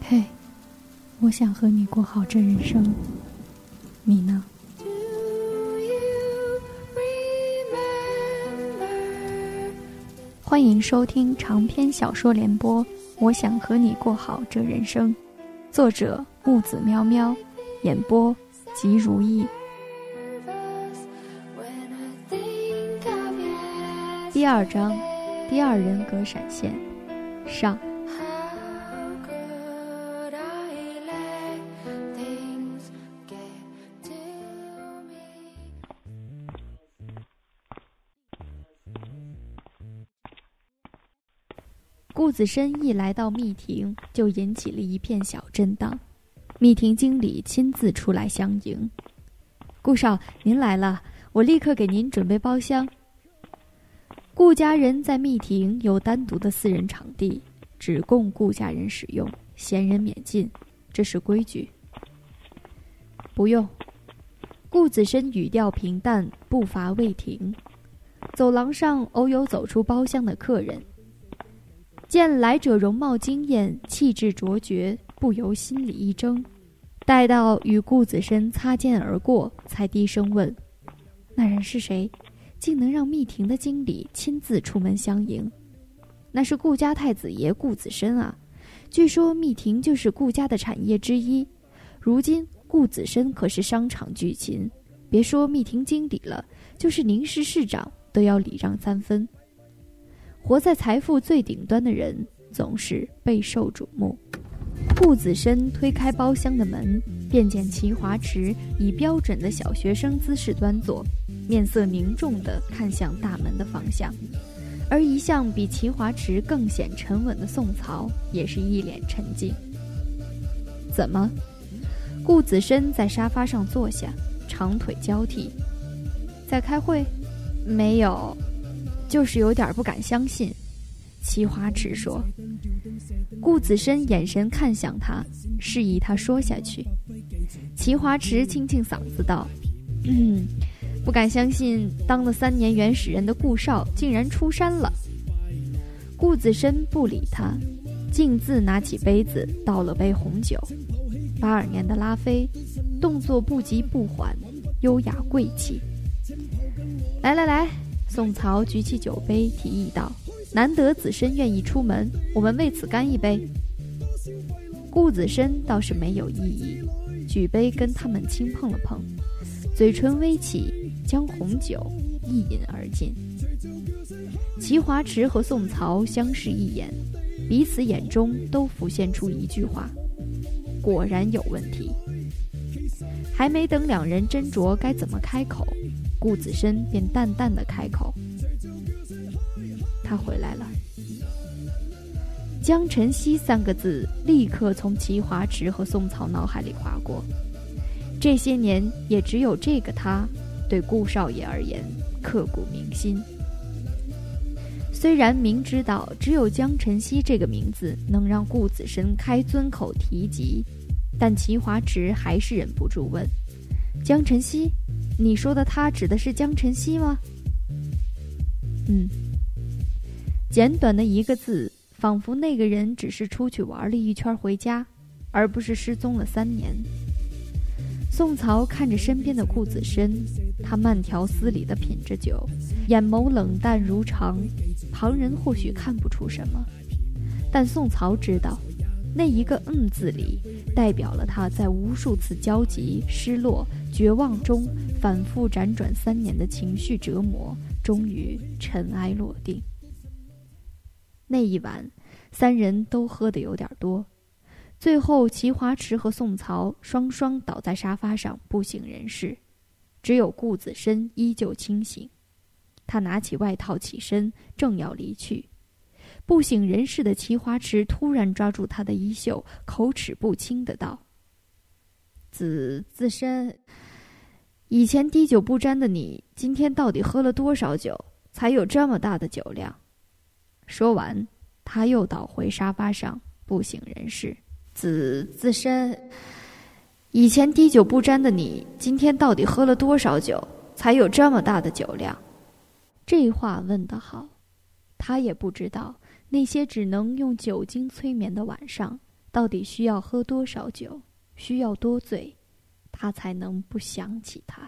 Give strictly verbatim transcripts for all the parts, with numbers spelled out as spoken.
嘿，我想和你过好这人生，你呢？欢迎收听长篇小说联播《我想和你过好这人生》，作者木子喵喵，演播吉如意。第二章，第二人格闪现上。顾子深一来到密庭，就引起了一片小震荡。密庭经理亲自出来相迎。顾少，您来了，我立刻给您准备包厢。顾家人在密庭有单独的私人场地，只供顾家人使用，闲人免进，这是规矩。不用。顾子深语调平淡，步伐未停。走廊上偶有走出包厢的客人，见来者容貌惊艳，气质卓绝，不由心里一怔。待到与顾子深擦肩而过，才低声问：那人是谁？竟能让密庭的经理亲自出门相迎？那是顾家太子爷顾子深啊！据说密庭就是顾家的产业之一，如今顾子深可是商场巨擎，别说密庭经理了，就是宁市市长都要礼让三分。活在财富最顶端的人总是备受瞩目。顾子深推开包厢的门，便见齐华池以标准的小学生姿势端坐，面色凝重地看向大门的方向。而一向比齐华池更显沉稳的宋曹也是一脸沉静。怎么？顾子深在沙发上坐下，长腿交替。在开会？没有，就是有点不敢相信。齐华池说。顾子深眼神看向他，示意他说下去。齐华池清清嗓子道：嗯，不敢相信当了三年原始人的顾少竟然出山了。顾子深不理他，径自拿起杯子倒了杯红酒。八二年的拉菲，动作不急不缓，优雅贵气。来来来，宋曹举起酒杯提议道：难得子深愿意出门，我们为此干一杯。顾子深倒是没有异议，举杯跟他们轻碰了碰，嘴唇微起，将红酒一饮而尽。齐华池和宋曹相视一眼，彼此眼中都浮现出一句话：果然有问题。还没等两人斟酌该怎么开口，顾子深便淡淡的开口：他回来了。江晨曦三个字立刻从齐华池和宋曹脑海里划过。这些年也只有这个他对顾少爷而言刻骨铭心。虽然明知道只有江晨曦这个名字能让顾子深开尊口提及，但齐华池还是忍不住问：江晨曦？你说的他指的是江晨曦吗？嗯。简短的一个字，仿佛那个人只是出去玩了一圈回家，而不是失踪了三年。宋曹看着身边的顾子深，他慢条斯理地品着酒，眼眸冷淡如常。旁人或许看不出什么，但宋曹知道，那一个嗯字里代表了他在无数次焦急、失落、绝望中反复辗转三年的情绪折磨终于尘埃落定。那一晚三人都喝得有点多，最后齐华池和宋曹双双倒在沙发上不省人事，只有顾子深依旧清醒。他拿起外套起身，正要离去，不省人事的齐华池突然抓住他的衣袖，口齿不清的道：子子深，以前滴酒不沾的你，今天到底喝了多少酒，才有这么大的酒量？说完，他又倒回沙发上，不省人事。子子深，以前滴酒不沾的你，今天到底喝了多少酒，才有这么大的酒量？这话问得好，他也不知道那些只能用酒精催眠的晚上， 到底需要喝多少酒，需要多醉，他才能不想起他。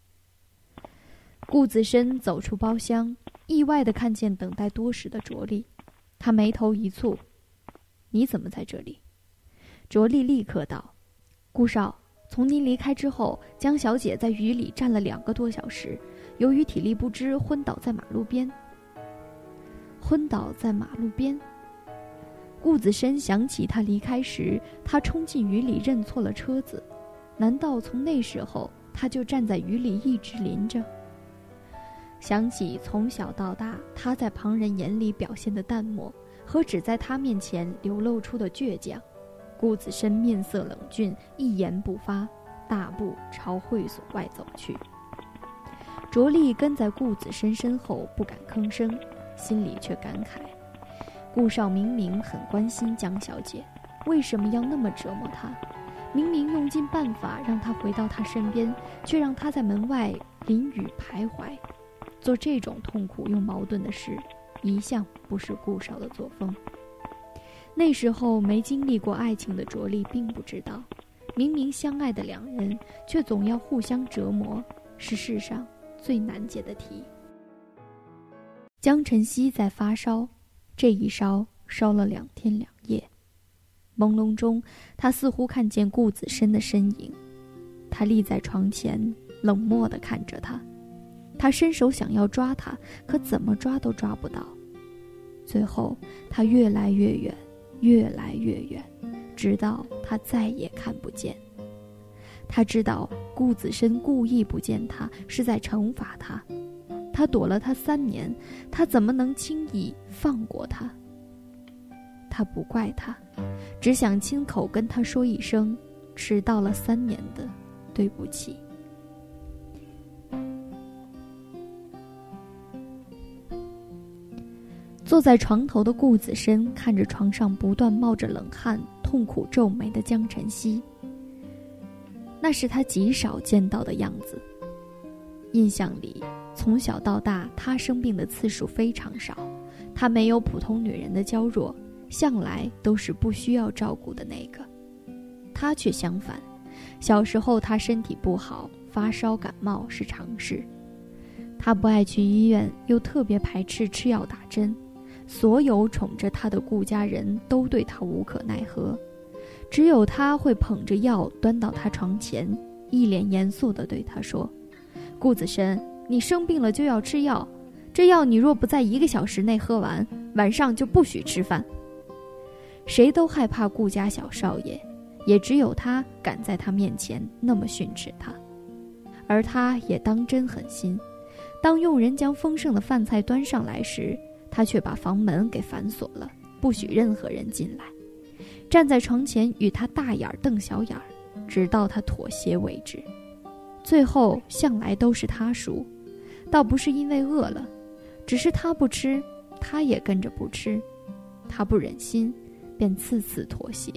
顾子深走出包厢，意外地看见等待多时的卓丽，他眉头一蹙：“你怎么在这里？”卓丽立刻道：“顾少，从您离开之后，江小姐在雨里站了两个多小时，由于体力不支，昏倒在马路边。”昏倒在马路边。顾子深想起他离开时，他冲进雨里认错了车子，难道从那时候他就站在雨里一直淋着？想起从小到大他在旁人眼里表现的淡漠和只在他面前流露出的倔强，顾子深面色冷峻，一言不发，大步朝会所外走去。卓丽跟在顾子深身后不敢吭声，心里却感慨，顾少明明很关心江小姐，为什么要那么折磨她？明明用尽办法让她回到他身边，却让她在门外淋雨徘徊。做这种痛苦又矛盾的事，一向不是顾少的作风。那时候没经历过爱情的卓丽并不知道，明明相爱的两人，却总要互相折磨，是世上最难解的题。江晨曦在发烧，这一烧烧了两天两夜。朦胧中，他似乎看见顾子深的身影，他立在床前，冷漠地看着他。他伸手想要抓他，可怎么抓都抓不到。最后，他越来越远，越来越远，直到他再也看不见。他知道顾子深故意不见他，是在惩罚他。他躲了他三年，他怎么能轻易放过他？他不怪他，只想亲口跟他说一声迟到了三年的对不起。坐在床头的顾子深看着床上不断冒着冷汗、痛苦皱眉的江晨曦，那是他极少见到的样子。印象里，从小到大他生病的次数非常少，他没有普通女人的娇弱，向来都是不需要照顾的那个。他却相反，小时候他身体不好，发烧感冒是常事。他不爱去医院，又特别排斥吃药打针，所有宠着他的顾家人都对他无可奈何，只有他会捧着药端到他床前，一脸严肃地对他说：“顾子深，你生病了就要吃药，这药你若不在一个小时内喝完，晚上就不许吃饭。”谁都害怕顾家小少爷，也只有他敢在他面前那么训斥他。而他也当真狠心，当佣人将丰盛的饭菜端上来时，他却把房门给反锁了，不许任何人进来，站在床前与他大眼瞪小眼，直到他妥协为止。最后向来都是他输，倒不是因为饿了，只是他不吃，他也跟着不吃，他不忍心，便次次妥协。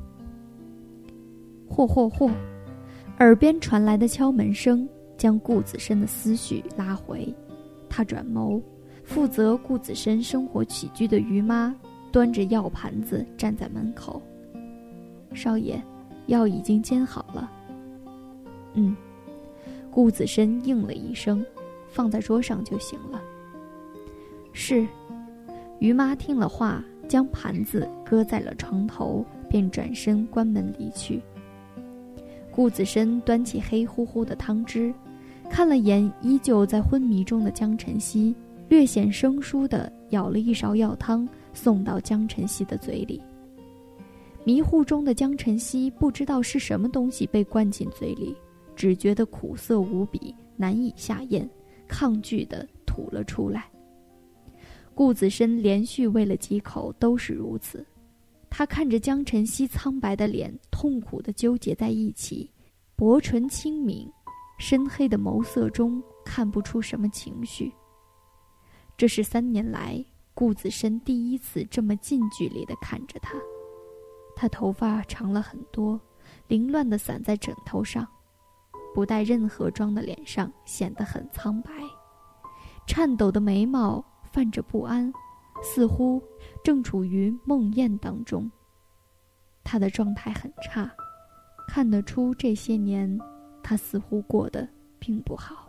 嚯嚯嚯！耳边传来的敲门声将顾子深的思绪拉回，他转眸，负责顾子深生活起居的于妈端着药盘子站在门口。少爷，药已经煎好了。嗯。顾子深应了一声，放在桌上就行了。是。于妈听了话，将盘子搁在了床头，便转身关门离去。顾子深端起黑乎乎的汤汁，看了眼依旧在昏迷中的江晨曦，略显生疏地舀了一勺药汤送到江晨曦的嘴里。迷糊中的江晨曦不知道是什么东西被灌进嘴里，只觉得苦涩无比，难以下咽，抗拒地吐了出来。顾子深连续喂了几口都是如此，他看着江晨曦苍白的脸痛苦地纠结在一起，薄唇轻抿，深黑的眸色中看不出什么情绪。这是三年来顾子深第一次这么近距离地看着他。他头发长了很多，凌乱地散在枕头上，不带任何妆的脸上显得很苍白，颤抖的眉毛泛着不安，似乎正处于梦魇当中。 他的状态很差，看得出这些年他似乎过得并不好。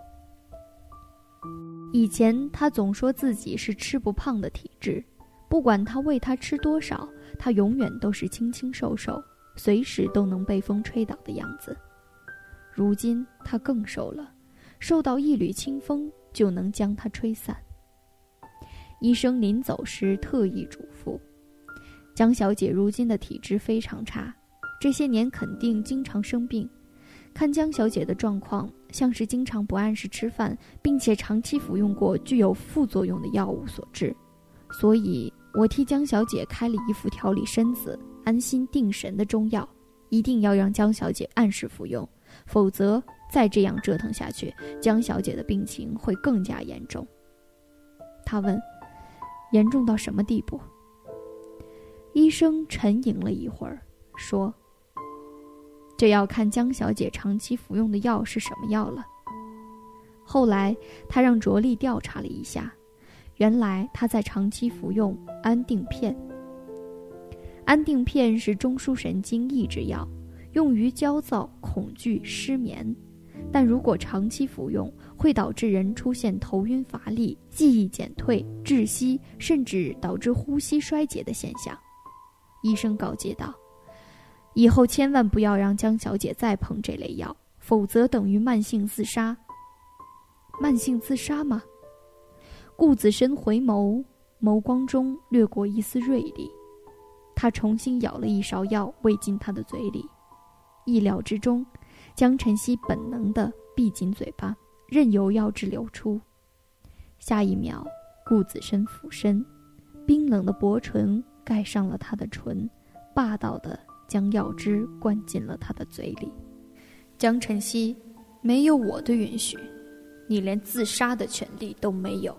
以前他总说自己是吃不胖的体质，不管他喂他吃多少，他永远都是清清瘦瘦，随时都能被风吹倒的样子。如今他更瘦了，受到一缕清风就能将他吹散。医生临走时特意嘱咐，江小姐如今的体质非常差，这些年肯定经常生病。看江小姐的状况，像是经常不按时吃饭，并且长期服用过具有副作用的药物所致。所以我替江小姐开了一副调理身子、安心定神的中药，一定要让江小姐按时服用，否则再这样折腾下去，江小姐的病情会更加严重。他问，严重到什么地步？医生沉吟了一会儿，说，这要看江小姐长期服用的药是什么药了。后来他让卓丽调查了一下，原来她在长期服用安定片。安定片是中枢神经抑制药，用于焦躁、恐惧、失眠，但如果长期服用，会导致人出现头晕乏力、记忆减退、窒息，甚至导致呼吸衰竭的现象。医生告诫道，以后千万不要让江小姐再碰这类药，否则等于慢性自杀。慢性自杀吗？顾子深回眸，眸光中掠过一丝锐利。他重新舀了一勺药喂进他的嘴里，意料之中，江晨曦本能地闭紧嘴巴，任由药汁流出。下一秒，顾子深俯身，冰冷的薄唇盖上了他的唇，霸道地将药汁灌进了他的嘴里。江晨曦，没有我的允许，你连自杀的权利都没有。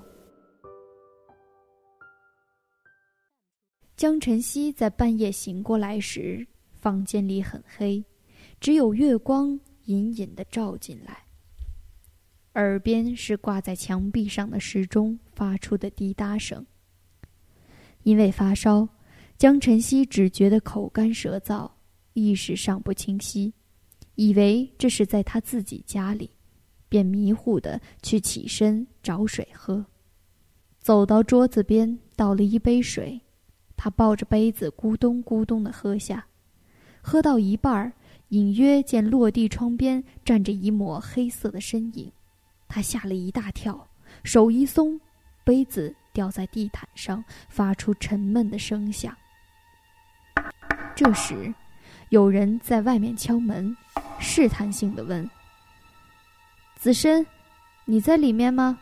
江晨曦在半夜醒过来时，房间里很黑，只有月光隐隐地照进来。耳边是挂在墙壁上的时钟发出的滴答声。因为发烧，江晨曦只觉得口干舌燥，意识尚不清晰，以为这是在他自己家里，便迷糊地去起身找水喝。走到桌子边，倒了一杯水，他抱着杯子咕咚咕咚地喝下，喝到一半，隐约见落地窗边站着一抹黑色的身影，他吓了一大跳，手一松，杯子掉在地毯上，发出沉闷的声响。这时，有人在外面敲门，试探性地问：“子深，你在里面吗？”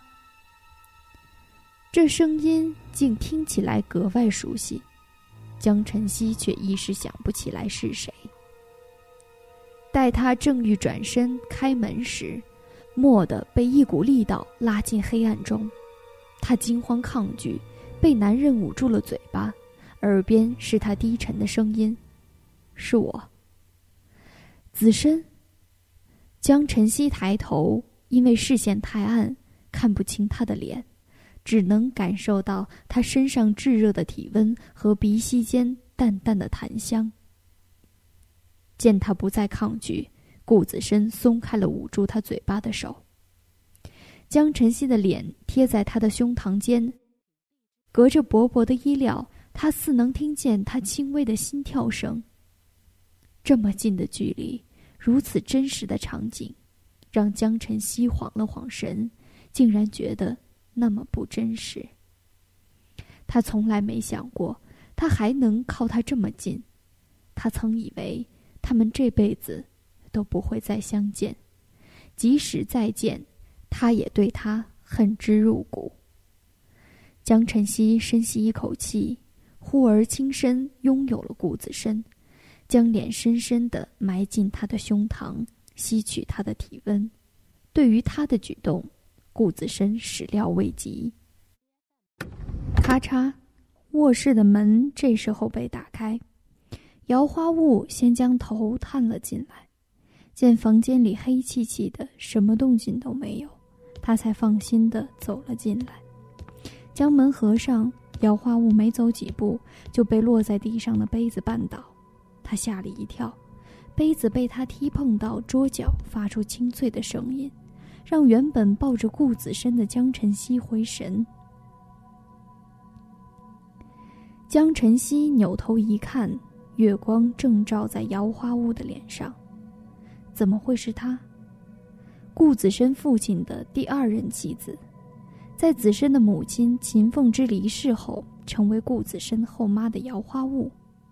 这声音竟听起来格外熟悉，江晨曦却一时想不起来是谁。待他正欲转身开门时，蓦地被一股力道拉进黑暗中，他惊慌抗拒，被男人捂住了嘴巴，耳边是他低沉的声音：“是我。”子深。江晨曦抬头，因为视线太暗，看不清他的脸，只能感受到他身上炙热的体温和鼻息间淡淡的檀香。见他不再抗拒，顾子深松开了捂住他嘴巴的手。江晨曦的脸贴在他的胸膛间，隔着薄薄的衣料，他似能听见他轻微的心跳声。这么近的距离，如此真实的场景，让江晨曦晃了晃神，竟然觉得那么不真实。他从来没想过，他还能靠他这么近。他曾以为他们这辈子都不会再相见，即使再见，他也对他恨之入骨。江晨曦深吸一口气，忽而轻身拥有了顾子深，将脸深深地埋进他的胸膛，吸取他的体温。对于他的举动，顾子深始料未及。咔嚓，卧室的门这时候被打开，姚花雾先将头探了进来，见房间里黑漆漆的，什么动静都没有，他才放心地走了进来。将门合上，姚花雾没走几步就被落在地上的杯子绊倒， 他吓了一跳，杯子被他踢碰到桌角，发出清脆的声音，让原本抱着顾子深的江晨曦回神。江晨曦扭头一看，月光正照在姚花雾的脸上。怎么会是他？顾子深父亲的第二任妻子，在子深的母亲秦凤之离世后，成为顾子深后妈的姚花雾。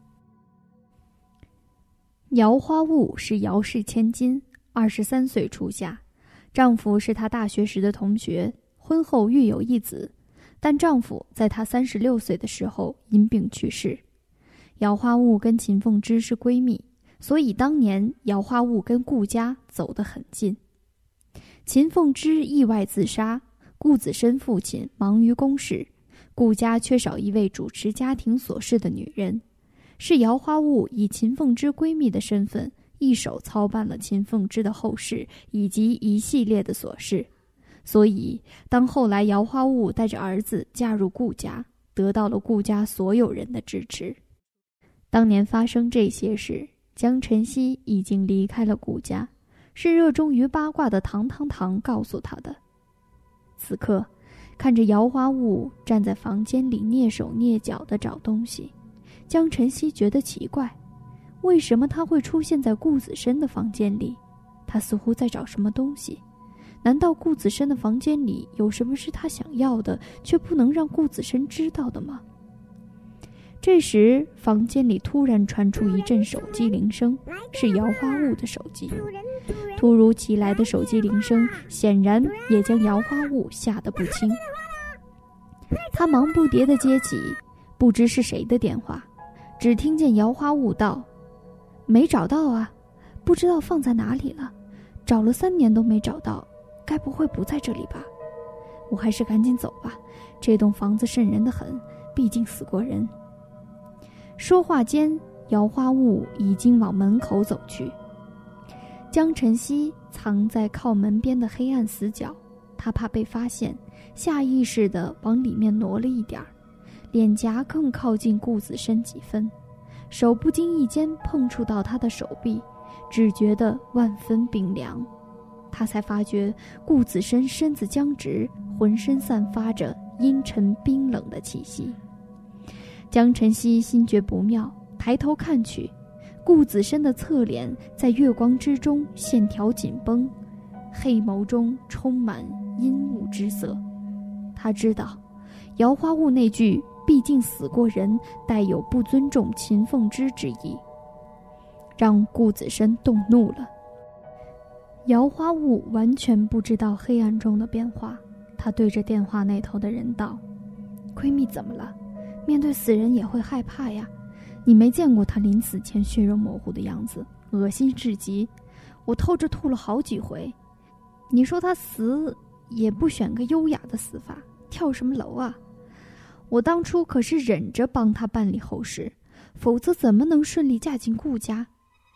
姚花雾是姚氏千金，二十三岁出嫁，丈夫是她大学时的同学，婚后育有一子，但丈夫在她三十六岁的时候因病去世。姚花雾跟秦凤之是闺蜜，所以当年姚花雾跟顾家走得很近。秦凤之意外自杀，顾子深父亲忙于公事，顾家缺少一位主持家庭琐事的女人，是姚花雾以秦凤之闺蜜的身份，一手操办了秦凤之的后事以及一系列的琐事。所以当后来姚花雾带着儿子嫁入顾家，得到了顾家所有人的支持。当年发生这些事，江晨曦已经离开了顾家，是热衷于八卦的唐唐唐告诉他的。此刻看着姚花雾站在房间里蹑手蹑脚地找东西，江晨曦觉得奇怪，为什么他会出现在顾子深的房间里？他似乎在找什么东西，难道顾子深的房间里有什么是他想要的，却不能让顾子深知道的吗？这时房间里突然传出一阵手机铃声，是姚花雾的手机。突如其来的手机铃声显然也将姚花雾吓得不轻，他忙不迭地接起，不知是谁的电话，只听见姚花雾道：没找到啊，不知道放在哪里了，找了三年都没找到，该不会不在这里吧？我还是赶紧走吧，这栋房子瘆人得很，毕竟死过人。说话间，姚花雾已经往门口走去。江晨曦藏在靠门边的黑暗死角，他怕被发现，下意识地往里面挪了一点儿，脸颊更靠近顾子深几分，手不经意间碰触到他的手臂，只觉得万分冰凉。他才发觉顾子深身子僵直，浑身散发着阴沉冰冷的气息。江晨曦心觉不妙，抬头看去，顾子深的侧脸在月光之中线条紧绷，黑眸中充满阴雾之色。他知道姚花雾那句毕竟死过人带有不尊重秦凤之之意，让顾子深动怒了。姚花雾完全不知道黑暗中的变化，他对着电话那头的人道：闺蜜怎么了？面对死人也会害怕呀，你没见过他临死前血肉模糊的样子，恶心至极，我透着吐了好几回。你说他死也不选个优雅的死法，跳什么楼啊？我当初可是忍着帮他办理后事，否则怎么能顺利嫁进顾家？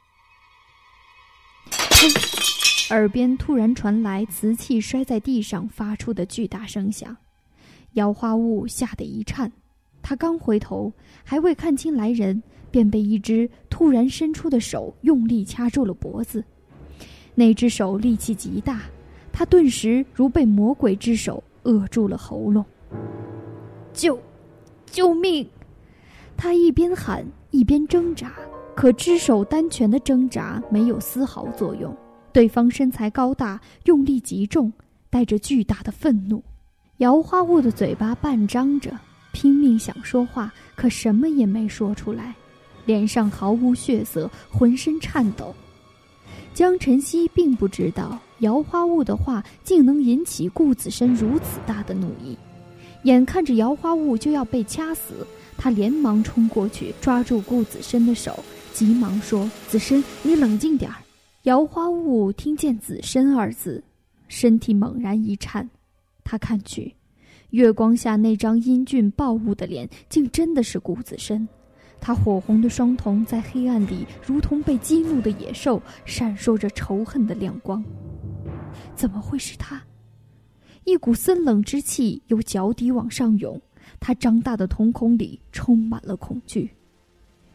耳边突然传来瓷器摔在地上发出的巨大声响，姚花雾吓得一颤，他刚回头，还未看清来人，便被一只突然伸出的手用力掐住了脖子。那只手力气极大，他顿时如被魔鬼之手扼住了喉咙。救救命！他一边喊一边挣扎，可只手单拳的挣扎没有丝毫作用，对方身材高大，用力极重，带着巨大的愤怒。姚花雾的嘴巴半张着，拼命想说话，可什么也没说出来，脸上毫无血色，浑身颤抖。江晨曦并不知道姚花雾的话竟能引起顾子深如此大的怒意，眼看着姚花雾就要被掐死，他连忙冲过去抓住顾子深的手，急忙说：子深，你冷静点儿。姚花雾听见子深二字，身体猛然一颤，他看去，月光下那张英俊暴怒的脸竟真的是顾子深，他火红的双瞳在黑暗里如同被激怒的野兽，闪烁着仇恨的亮光。怎么会是他？一股森冷之气由脚底往上涌，他张大的瞳孔里充满了恐惧。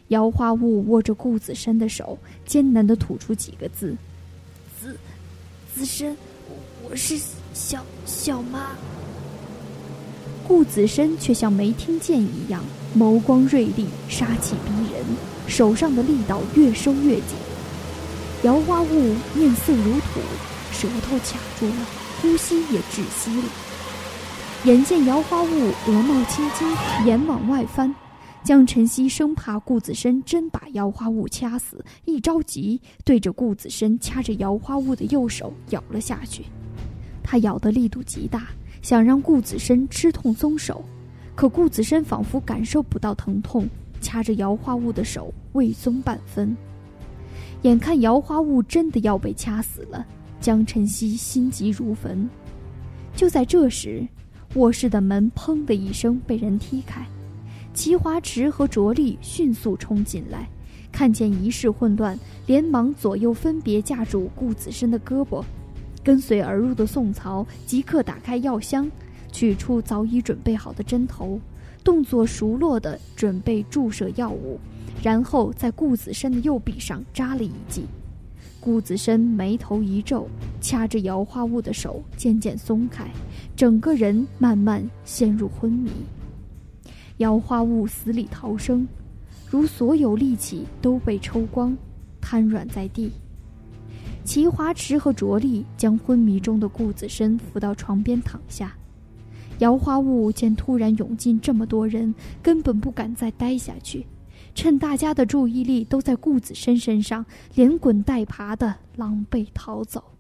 姚花雾握着顾子深的手，艰难地吐出几个字：“ 子，子深，我是小小妈。” 顾子深却像没听见一样，眸光锐利，杀气逼人，手上的力道越收越紧。姚花雾面色如土，舌头卡住了，呼吸也窒息了。眼见姚花雾额冒青筋，眼往外翻，江晨曦生怕顾子深真把姚花雾掐死，一着急对着顾子深掐着姚花雾的右手咬了下去。他咬的力度极大，想让顾子深吃痛松手，可顾子深仿佛感受不到疼痛，掐着姚花雾的手未松半分。眼看姚花雾真的要被掐死了，江晨曦心急如焚。就在这时，卧室的门砰的一声被人踢开，齐华池和卓丽迅速冲进来，看见一室混乱，连忙左右分别架住顾子深的胳膊。跟随而入的宋曹即刻打开药箱，取出早已准备好的针头，动作熟络地准备注射药物，然后在顾子深的右臂上扎了一剂。顾子深眉头一皱，掐着姚花雾的手渐渐松开，整个人慢慢陷入昏迷。姚花雾死里逃生，如所有力气都被抽光，瘫软在地。齐华池和卓丽将昏迷中的顾子深扶到床边躺下。姚花雾见突然涌进这么多人，根本不敢再待下去，趁大家的注意力都在顾子深身上，连滚带爬的狼狈逃走。